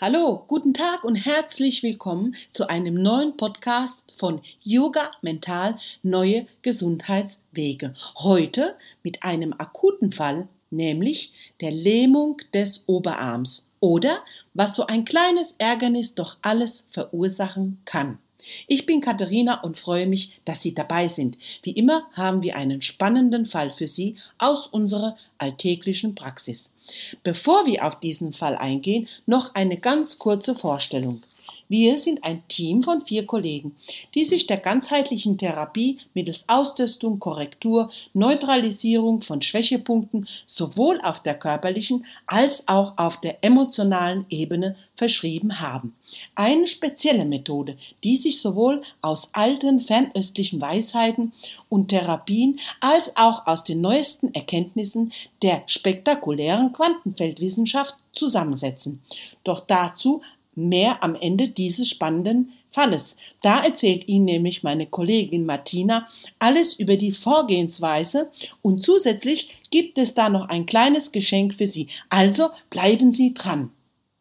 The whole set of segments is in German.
Hallo, guten Tag und herzlich willkommen zu einem neuen Podcast von Yoga Mental Neue Gesundheitswege. Heute mit einem akuten Fall, nämlich der Lähmung des Oberarms oder was so ein kleines Ärgernis doch alles verursachen kann. Ich bin Katharina und freue mich, dass Sie dabei sind. Wie immer haben wir einen spannenden Fall für Sie aus unserer alltäglichen Praxis. Bevor wir auf diesen Fall eingehen, noch eine ganz kurze Vorstellung. Wir sind ein Team von 4 Kollegen, die sich der ganzheitlichen Therapie mittels Austestung, Korrektur, Neutralisierung von Schwächepunkten sowohl auf der körperlichen als auch auf der emotionalen Ebene verschrieben haben. Eine spezielle Methode, die sich sowohl aus alten fernöstlichen Weisheiten und Therapien als auch aus den neuesten Erkenntnissen der spektakulären Quantenfeldwissenschaft zusammensetzen. Doch dazu mehr am Ende dieses spannenden Falles. Da erzählt Ihnen nämlich meine Kollegin Martina alles über die Vorgehensweise und zusätzlich gibt es da noch ein kleines Geschenk für Sie. Also bleiben Sie dran.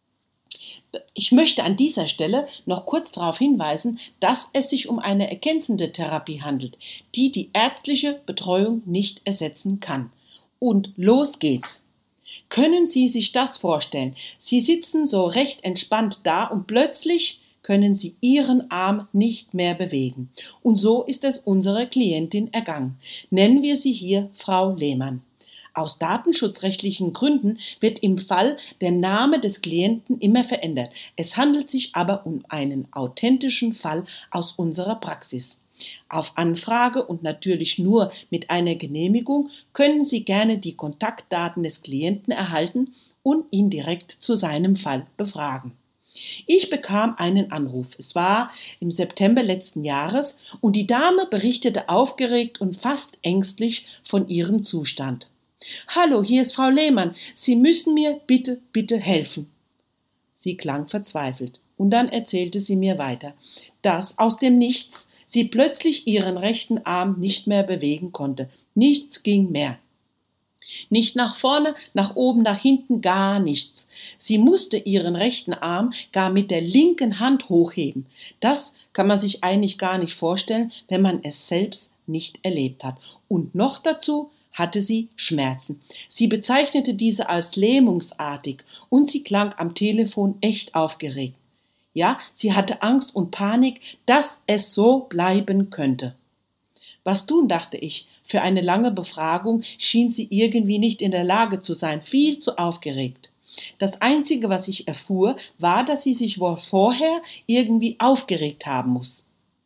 Ich möchte an dieser Stelle noch kurz darauf hinweisen, dass es sich um eine ergänzende Therapie handelt, die die ärztliche Betreuung nicht ersetzen kann. Und los geht's! Können Sie sich das vorstellen? Sie sitzen so recht entspannt da und plötzlich können Sie Ihren Arm nicht mehr bewegen. Und so ist es unserer Klientin ergangen. Nennen wir sie hier Frau Lehmann. Aus datenschutzrechtlichen Gründen wird im Fall der Name des Klienten immer verändert. Es handelt sich aber um einen authentischen Fall aus unserer Praxis. Auf Anfrage und natürlich nur mit einer Genehmigung können Sie gerne die Kontaktdaten des Klienten erhalten und ihn direkt zu seinem Fall befragen. Ich bekam einen Anruf. Es war im September letzten Jahres und die Dame berichtete aufgeregt und fast ängstlich von ihrem Zustand. Hallo, hier ist Frau Lehmann. Sie müssen mir bitte helfen. Sie klang verzweifelt und dann erzählte sie mir weiter, dass aus dem Nichts sie plötzlich ihren rechten Arm nicht mehr bewegen konnte. Nichts ging mehr. Nicht nach vorne, nach oben, nach hinten, gar nichts. Sie musste ihren rechten Arm gar mit der linken Hand hochheben. Das kann man sich eigentlich gar nicht vorstellen, wenn man es selbst nicht erlebt hat. Und noch dazu hatte sie Schmerzen. Sie bezeichnete diese als lähmungsartig und sie klang am Telefon echt aufgeregt. Ja, sie hatte Angst und Panik, dass es so bleiben könnte. Was tun, dachte ich. Für eine lange Befragung schien sie irgendwie nicht in der Lage zu sein, viel zu aufgeregt. Das Einzige, was ich erfuhr, war, dass sie sich wohl vorher irgendwie aufgeregt haben muss.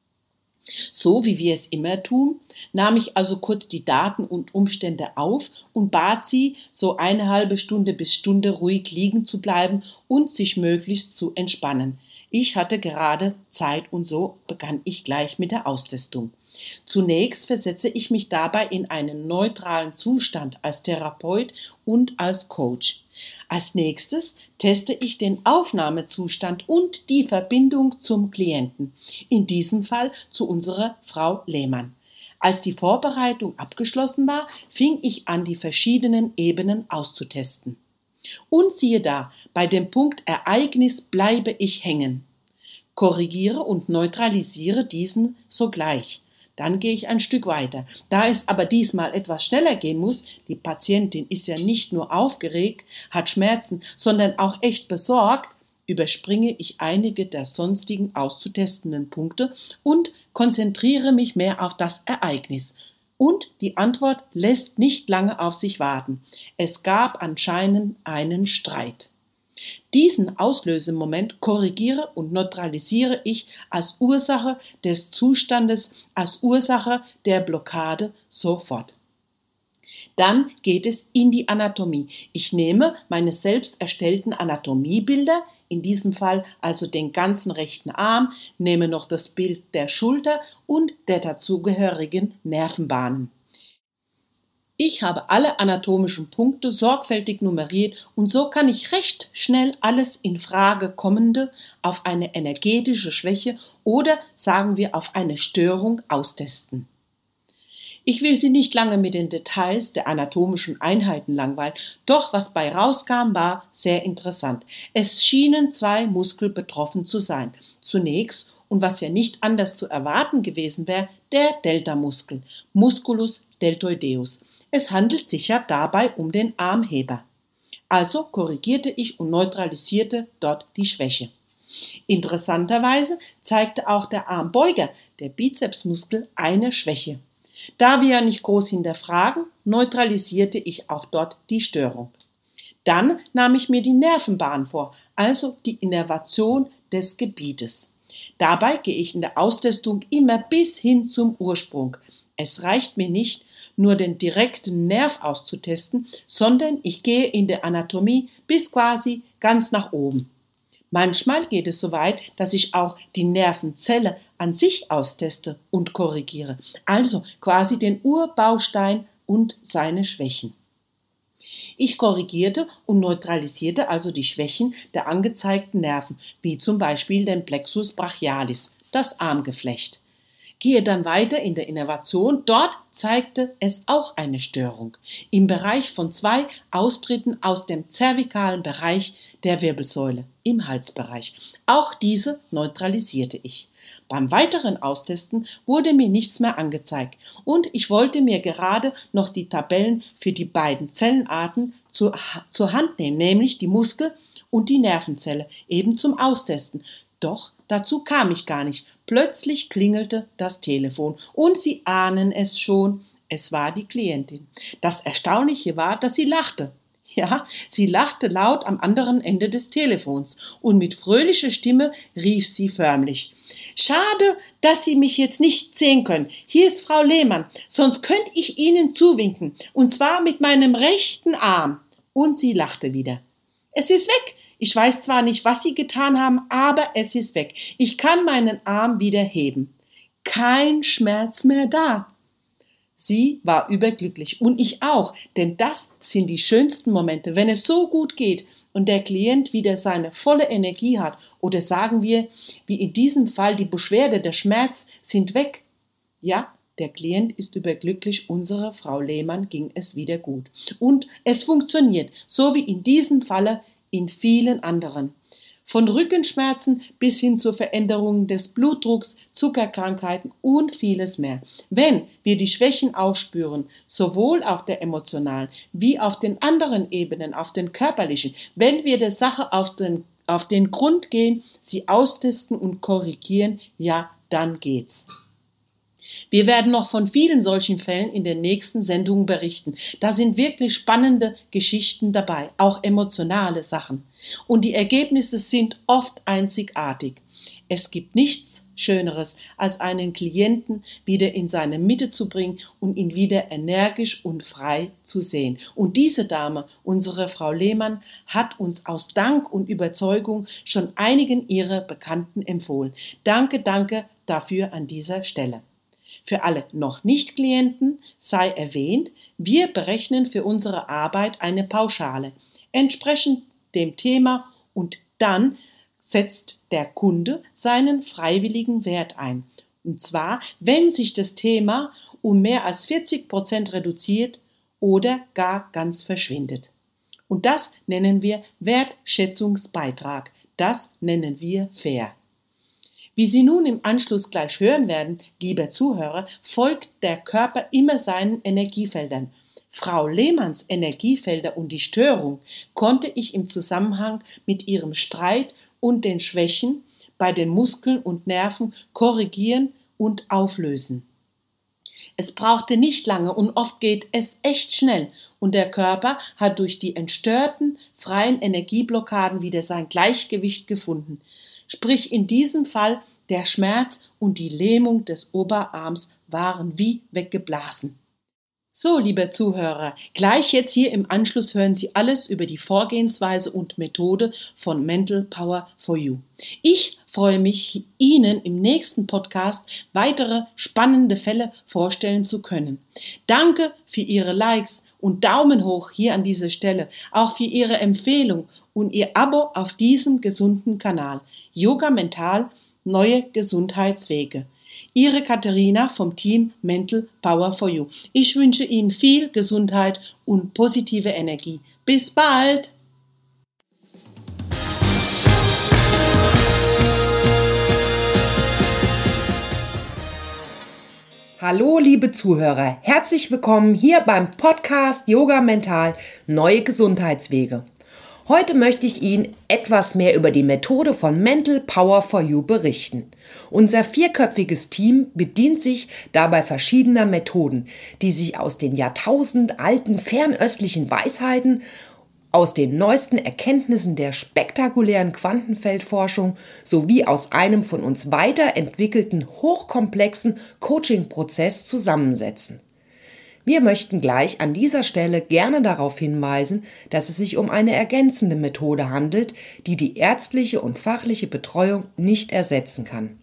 So wie wir es immer tun, nahm ich also kurz die Daten und Umstände auf und bat sie, so eine halbe Stunde bis Stunde ruhig liegen zu bleiben und sich möglichst zu entspannen. Ich hatte gerade Zeit und so begann ich gleich mit der Austestung. Zunächst versetze ich mich dabei in einen neutralen Zustand als Therapeut und als Coach. Als nächstes teste ich den Aufnahmezustand und die Verbindung zum Klienten, in diesem Fall zu unserer Frau Lehmann. Als die Vorbereitung abgeschlossen war, fing ich an, die verschiedenen Ebenen auszutesten. Und siehe da, bei dem Punkt Ereignis bleibe ich hängen. Korrigiere und neutralisiere diesen sogleich. Dann gehe ich ein Stück weiter. Da es aber diesmal etwas schneller gehen muss, die Patientin ist ja nicht nur aufgeregt, hat Schmerzen, sondern auch echt besorgt, überspringe ich einige der sonstigen auszutestenden Punkte und konzentriere mich mehr auf das Ereignis. Und die Antwort lässt nicht lange auf sich warten. Es gab anscheinend einen Streit. Diesen Auslösemoment korrigiere und neutralisiere ich als Ursache des Zustandes, als Ursache der Blockade sofort. Dann geht es in die Anatomie. Ich nehme meine selbst erstellten Anatomiebilder, in diesem Fall also den ganzen rechten Arm, nehme noch das Bild der Schulter und der dazugehörigen Nervenbahnen. Ich habe alle anatomischen Punkte sorgfältig nummeriert und so kann ich recht schnell alles in Frage kommende auf eine energetische Schwäche oder sagen wir auf eine Störung austesten. Ich will Sie nicht lange mit den Details der anatomischen Einheiten langweilen, doch was bei rauskam, war sehr interessant. Es schienen zwei Muskel betroffen zu sein. Zunächst, und was ja nicht anders zu erwarten gewesen wäre, der Deltamuskel, Musculus deltoideus. Es handelt sich ja dabei um den Armheber. Also korrigierte ich und neutralisierte dort die Schwäche. Interessanterweise zeigte auch der Armbeuger, der Bizepsmuskel, eine Schwäche. Da wir ja nicht groß hinterfragen, neutralisierte ich auch dort die Störung. Dann nahm ich mir die Nervenbahn vor, also die Innervation des Gebietes. Dabei gehe ich in der Austestung immer bis hin zum Ursprung. Es reicht mir nicht, nur den direkten Nerv auszutesten, sondern ich gehe in der Anatomie bis quasi ganz nach oben. Manchmal geht es so weit, dass ich auch die Nervenzelle an sich austeste und korrigiere, also quasi den Urbaustein und seine Schwächen. Ich korrigierte und neutralisierte also die Schwächen der angezeigten Nerven, wie zum Beispiel den Plexus brachialis, das Armgeflecht. Gehe dann weiter in der Innervation, dort zeigte es auch eine Störung im Bereich von 2 Austritten aus dem zervikalen Bereich der Wirbelsäule im Halsbereich. Auch diese neutralisierte ich. Beim weiteren Austesten wurde mir nichts mehr angezeigt und ich wollte mir gerade noch die Tabellen für die beiden Zellenarten zur Hand nehmen, nämlich die Muskel- und die Nervenzelle, eben zum Austesten. Doch dazu kam ich gar nicht. Plötzlich klingelte das Telefon und Sie ahnen es schon, es war die Klientin. Das Erstaunliche war, dass sie lachte. Ja, sie lachte laut am anderen Ende des Telefons und mit fröhlicher Stimme rief sie förmlich: Schade, dass Sie mich jetzt nicht sehen können. Hier ist Frau Lehmann, sonst könnte ich Ihnen zuwinken, und zwar mit meinem rechten Arm. Und sie lachte wieder. Es ist weg. Ich weiß zwar nicht, was Sie getan haben, aber es ist weg. Ich kann meinen Arm wieder heben. Kein Schmerz mehr da. Sie war überglücklich und ich auch, denn das sind die schönsten Momente, wenn es so gut geht und der Klient wieder seine volle Energie hat oder sagen wir, wie in diesem Fall, die Beschwerde, der Schmerz sind weg. Ja, der Klient ist überglücklich, unserer Frau Lehmann ging es wieder gut. Und es funktioniert, so wie in diesem Falle in vielen anderen. Von Rückenschmerzen bis hin zur Veränderung des Blutdrucks, Zuckerkrankheiten und vieles mehr. Wenn wir die Schwächen aufspüren, sowohl auf der emotionalen wie auf den anderen Ebenen, auf den körperlichen, wenn wir der Sache auf den Grund gehen, sie austesten und korrigieren, ja, dann geht's. Wir werden noch von vielen solchen Fällen in den nächsten Sendungen berichten. Da sind wirklich spannende Geschichten dabei, auch emotionale Sachen. Und die Ergebnisse sind oft einzigartig. Es gibt nichts Schöneres, als einen Klienten wieder in seine Mitte zu bringen und ihn wieder energisch und frei zu sehen. Und diese Dame, unsere Frau Lehmann, hat uns aus Dank und Überzeugung schon einigen ihrer Bekannten empfohlen. Danke, danke dafür an dieser Stelle. Für alle noch nicht Klienten sei erwähnt, wir berechnen für unsere Arbeit eine Pauschale, entsprechend dem Thema, und dann setzt der Kunde seinen freiwilligen Wert ein. Und zwar, wenn sich das Thema um mehr als 40% reduziert oder gar ganz verschwindet. Und das nennen wir Wertschätzungsbeitrag. Das nennen wir fair. Wie Sie nun im Anschluss gleich hören werden, lieber Zuhörer, folgt der Körper immer seinen Energiefeldern. Frau Lehmanns Energiefelder und die Störung konnte ich im Zusammenhang mit ihrem Streit und den Schwächen bei den Muskeln und Nerven korrigieren und auflösen. Es brauchte nicht lange und oft geht es echt schnell und der Körper hat durch die entstörten, freien Energieblockaden wieder sein Gleichgewicht gefunden. Sprich in diesem Fall der Schmerz und die Lähmung des Oberarms waren wie weggeblasen. So, lieber Zuhörer, gleich jetzt hier im Anschluss hören Sie alles über die Vorgehensweise und Methode von Mental Power for You. Ich freue mich, Ihnen im nächsten Podcast weitere spannende Fälle vorstellen zu können. Danke für Ihre Likes und Daumen hoch hier an dieser Stelle, auch für Ihre Empfehlung und Ihr Abo auf diesem gesunden Kanal. Yoga Mental, neue Gesundheitswege. Ihre Katharina vom Team Mental Power for You. Ich wünsche Ihnen viel Gesundheit und positive Energie. Bis bald! Hallo liebe Zuhörer, herzlich willkommen hier beim Podcast Yoga Mental – Neue Gesundheitswege. Heute möchte ich Ihnen etwas mehr über die Methode von Mental Power for You berichten. Unser 4-köpfiges Team bedient sich dabei verschiedener Methoden, die sich aus den jahrtausendalten fernöstlichen Weisheiten, aus den neuesten Erkenntnissen der spektakulären Quantenfeldforschung sowie aus einem von uns weiterentwickelten hochkomplexen Coaching-Prozess zusammensetzen. Wir möchten gleich an dieser Stelle gerne darauf hinweisen, dass es sich um eine ergänzende Methode handelt, die die ärztliche und fachliche Betreuung nicht ersetzen kann.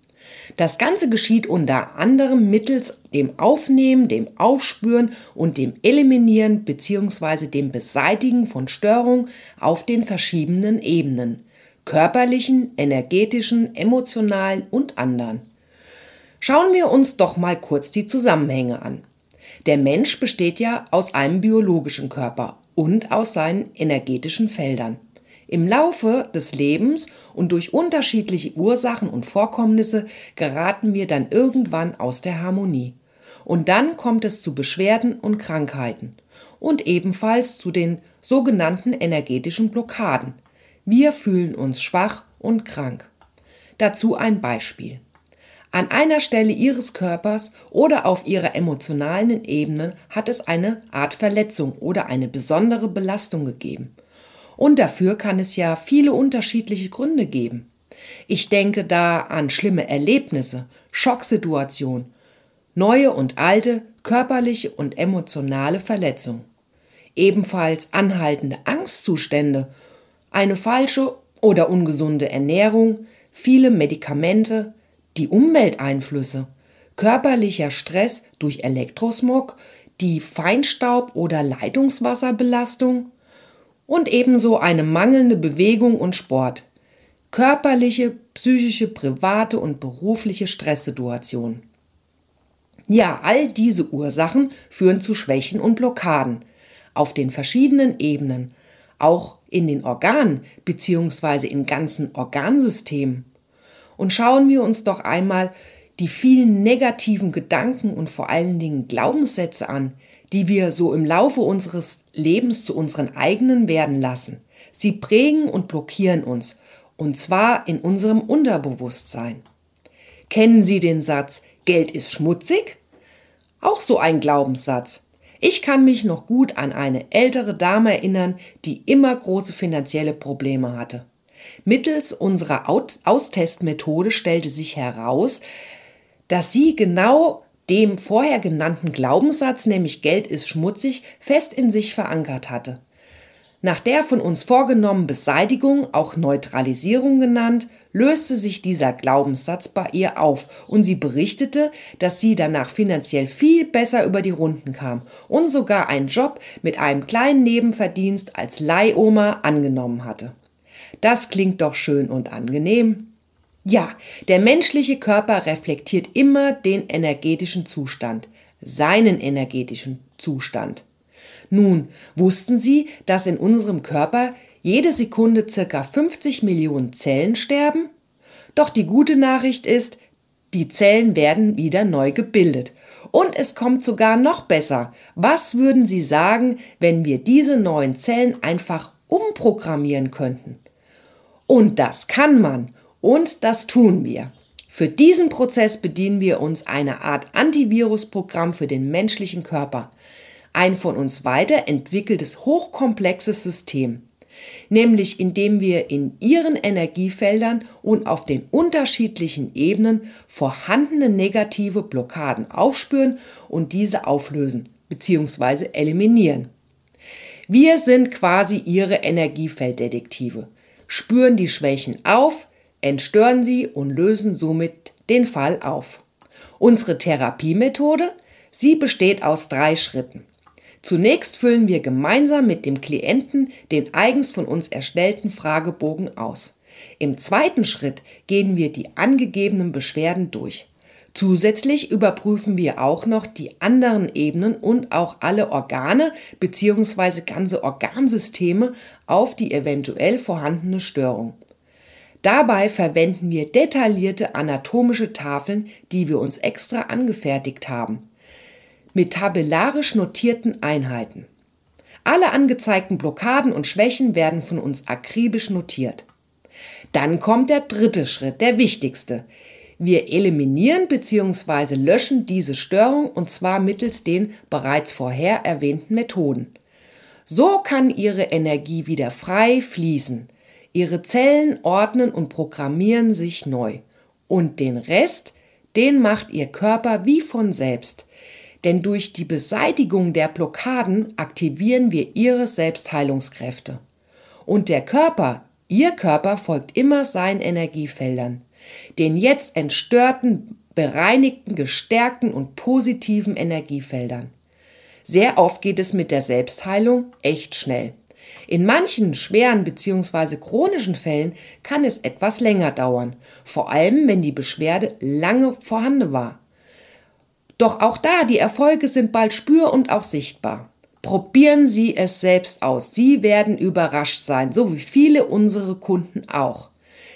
Das Ganze geschieht unter anderem mittels dem Aufnehmen, dem Aufspüren und dem Eliminieren bzw. dem Beseitigen von Störungen auf den verschiedenen Ebenen: körperlichen, energetischen, emotionalen und anderen. Schauen wir uns doch mal kurz die Zusammenhänge an. Der Mensch besteht ja aus einem biologischen Körper und aus seinen energetischen Feldern. Im Laufe des Lebens und durch unterschiedliche Ursachen und Vorkommnisse geraten wir dann irgendwann aus der Harmonie. Und dann kommt es zu Beschwerden und Krankheiten und ebenfalls zu den sogenannten energetischen Blockaden. Wir fühlen uns schwach und krank. Dazu ein Beispiel. An einer Stelle Ihres Körpers oder auf Ihrer emotionalen Ebene hat es eine Art Verletzung oder eine besondere Belastung gegeben. Und dafür kann es ja viele unterschiedliche Gründe geben. Ich denke da an schlimme Erlebnisse, Schocksituationen, neue und alte körperliche und emotionale Verletzungen. Ebenfalls anhaltende Angstzustände, eine falsche oder ungesunde Ernährung, viele Medikamente, die Umwelteinflüsse, körperlicher Stress durch Elektrosmog, die Feinstaub- oder Leitungswasserbelastung und ebenso eine mangelnde Bewegung und Sport, körperliche, psychische, private und berufliche Stresssituationen. Ja, all diese Ursachen führen zu Schwächen und Blockaden auf den verschiedenen Ebenen, auch in den Organen bzw. in ganzen Organsystemen. Und schauen wir uns doch einmal die vielen negativen Gedanken und vor allen Dingen Glaubenssätze an, die wir so im Laufe unseres Lebens zu unseren eigenen werden lassen. Sie prägen und blockieren uns, und zwar in unserem Unterbewusstsein. Kennen Sie den Satz, Geld ist schmutzig? Auch so ein Glaubenssatz. Ich kann mich noch gut an eine ältere Dame erinnern, die immer große finanzielle Probleme hatte. Mittels unserer Austestmethode stellte sich heraus, dass sie genau dem vorher genannten Glaubenssatz, nämlich Geld ist schmutzig, fest in sich verankert hatte. Nach der von uns vorgenommenen Beseitigung, auch Neutralisierung genannt, löste sich dieser Glaubenssatz bei ihr auf und sie berichtete, dass sie danach finanziell viel besser über die Runden kam und sogar einen Job mit einem kleinen Nebenverdienst als Leihoma angenommen hatte. Das klingt doch schön und angenehm. Ja, der menschliche Körper reflektiert immer den energetischen Zustand, seinen energetischen Zustand. Nun, wussten Sie, dass in unserem Körper jede Sekunde ca. 50 Millionen Zellen sterben? Doch die gute Nachricht ist, die Zellen werden wieder neu gebildet. Und es kommt sogar noch besser. Was würden Sie sagen, wenn wir diese neuen Zellen einfach umprogrammieren könnten? Und das kann man. Und das tun wir. Für diesen Prozess bedienen wir uns einer Art Antivirusprogramm für den menschlichen Körper. Ein von uns weiterentwickeltes, hochkomplexes System. Nämlich indem wir in ihren Energiefeldern und auf den unterschiedlichen Ebenen vorhandene negative Blockaden aufspüren und diese auflösen bzw. eliminieren. Wir sind quasi ihre Energiefelddetektive, spüren die Schwächen auf, entstören sie und lösen somit den Fall auf. Unsere Therapiemethode, sie besteht aus 3 Schritten. Zunächst füllen wir gemeinsam mit dem Klienten den eigens von uns erstellten Fragebogen aus. Im zweiten Schritt gehen wir die angegebenen Beschwerden durch. Zusätzlich überprüfen wir auch noch die anderen Ebenen und auch alle Organe bzw. ganze Organsysteme auf die eventuell vorhandene Störung. Dabei verwenden wir detaillierte anatomische Tafeln, die wir uns extra angefertigt haben, mit tabellarisch notierten Einheiten. Alle angezeigten Blockaden und Schwächen werden von uns akribisch notiert. Dann kommt der dritte Schritt, der wichtigste. Wir eliminieren bzw. löschen diese Störung und zwar mittels den bereits vorher erwähnten Methoden. So kann Ihre Energie wieder frei fließen. Ihre Zellen ordnen und programmieren sich neu. Und den Rest, den macht Ihr Körper wie von selbst. Denn durch die Beseitigung der Blockaden aktivieren wir Ihre Selbstheilungskräfte. Und der Körper, Ihr Körper folgt immer seinen Energiefeldern, den jetzt entstörten, bereinigten, gestärkten und positiven Energiefeldern. Sehr oft geht es mit der Selbstheilung echt schnell. In manchen schweren bzw. chronischen Fällen kann es etwas länger dauern, vor allem wenn die Beschwerde lange vorhanden war. Doch auch da, die Erfolge sind bald spür- und auch sichtbar. Probieren Sie es selbst aus. Sie werden überrascht sein, so wie viele unserer Kunden auch.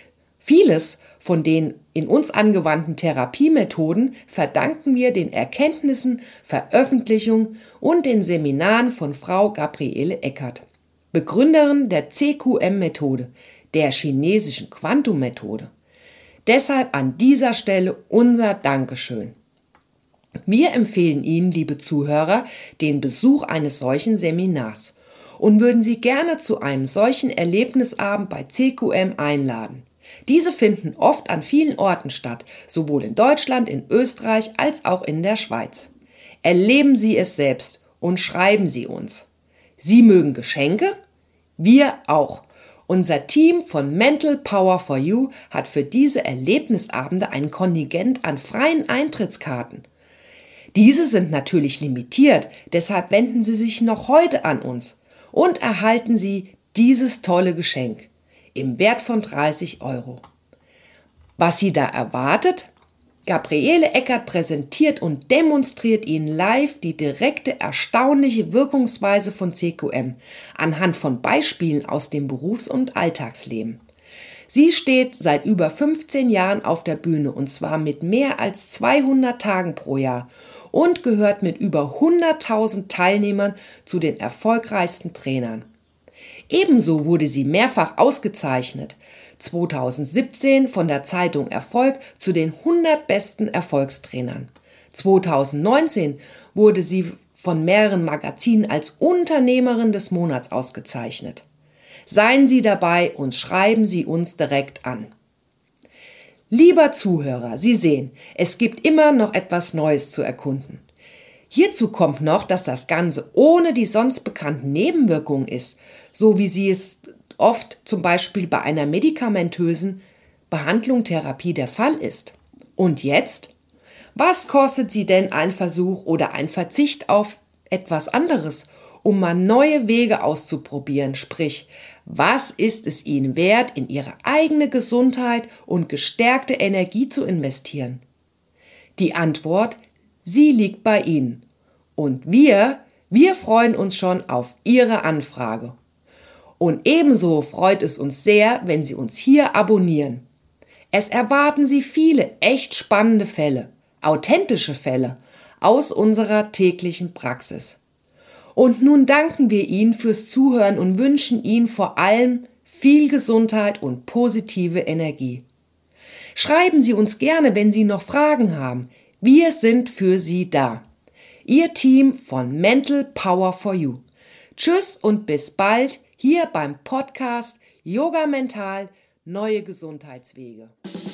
Vieles von den in uns angewandten Therapiemethoden verdanken wir den Erkenntnissen, Veröffentlichungen und den Seminaren von Frau Gabriele Eckert, Begründerin der CQM-Methode, der chinesischen Quantum-Methode. Deshalb an dieser Stelle unser Dankeschön. Wir empfehlen Ihnen, liebe Zuhörer, den Besuch eines solchen Seminars und würden Sie gerne zu einem solchen Erlebnisabend bei CQM einladen. Diese finden oft an vielen Orten statt, sowohl in Deutschland, in Österreich als auch in der Schweiz. Erleben Sie es selbst und schreiben Sie uns. Sie mögen Geschenke? Wir auch. Unser Team von Mental Power for You hat für diese Erlebnisabende ein Kontingent an freien Eintrittskarten. Diese sind natürlich limitiert, deshalb wenden Sie sich noch heute an uns und erhalten Sie dieses tolle Geschenk im Wert von 30 €. Was Sie da erwartet? Gabriele Eckert präsentiert und demonstriert Ihnen live die direkte, erstaunliche Wirkungsweise von CQM anhand von Beispielen aus dem Berufs- und Alltagsleben. Sie steht seit über 15 Jahren auf der Bühne und zwar mit mehr als 200 Tagen pro Jahr und gehört mit über 100.000 Teilnehmern zu den erfolgreichsten Trainern. Ebenso wurde sie mehrfach ausgezeichnet. 2017 von der Zeitung Erfolg zu den 100 besten Erfolgstrainern. 2019 wurde sie von mehreren Magazinen als Unternehmerin des Monats ausgezeichnet. Seien Sie dabei und schreiben Sie uns direkt an. Lieber Zuhörer, Sie sehen, es gibt immer noch etwas Neues zu erkunden. Hierzu kommt noch, dass das Ganze ohne die sonst bekannten Nebenwirkungen ist, so wie sie es oft zum Beispiel bei einer medikamentösen Behandlung, Therapie der Fall ist. Und jetzt? Was kostet Sie denn ein Versuch oder ein Verzicht auf etwas anderes, um mal neue Wege auszuprobieren? Sprich, was ist es Ihnen wert, in Ihre eigene Gesundheit und gestärkte Energie zu investieren? Die Antwort, sie liegt bei Ihnen. Und wir freuen uns schon auf Ihre Anfrage. Und ebenso freut es uns sehr, wenn Sie uns hier abonnieren. Es erwarten Sie viele echt spannende Fälle, authentische Fälle aus unserer täglichen Praxis. Und nun danken wir Ihnen fürs Zuhören und wünschen Ihnen vor allem viel Gesundheit und positive Energie. Schreiben Sie uns gerne, wenn Sie noch Fragen haben. Wir sind für Sie da. Ihr Team von Mental Power for You. Tschüss und bis bald hier beim Podcast Yoga Mental – Neue Gesundheitswege.